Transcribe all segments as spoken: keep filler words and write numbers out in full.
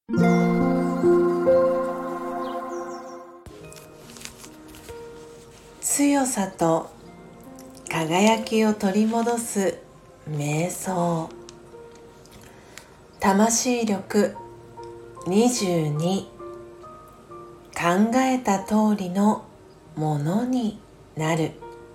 強さと輝きを取り戻す瞑想。魂力にじゅうに。考えた通りのものになる。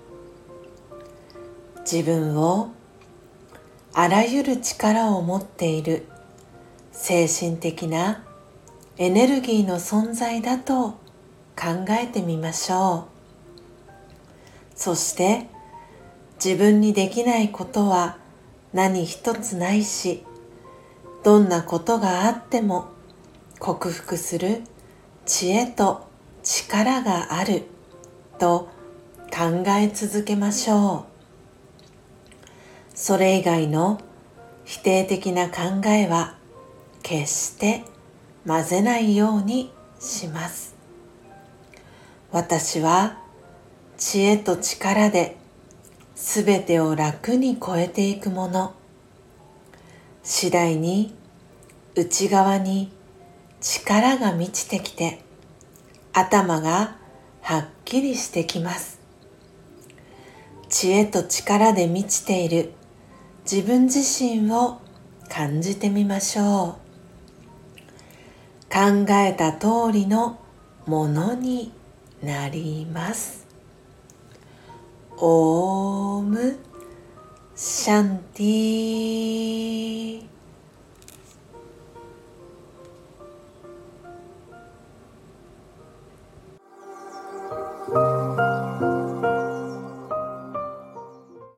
自分をあらゆる力を持っている精神的なエネルギーの存在だと考えてみましょう。そして自分にできないことは何一つないし、どんなことがあっても克服する知恵と力があると考え続けましょう。それ以外の否定的な考えは決して混ぜないようにします。私は知恵と力で全てを楽に超えていくもの。次第に内側に力が満ちてきて、頭がはっきりしてきます。知恵と力で満ちている自分自身を感じてみましょう。考えた通りのものになります。オームシャンティー。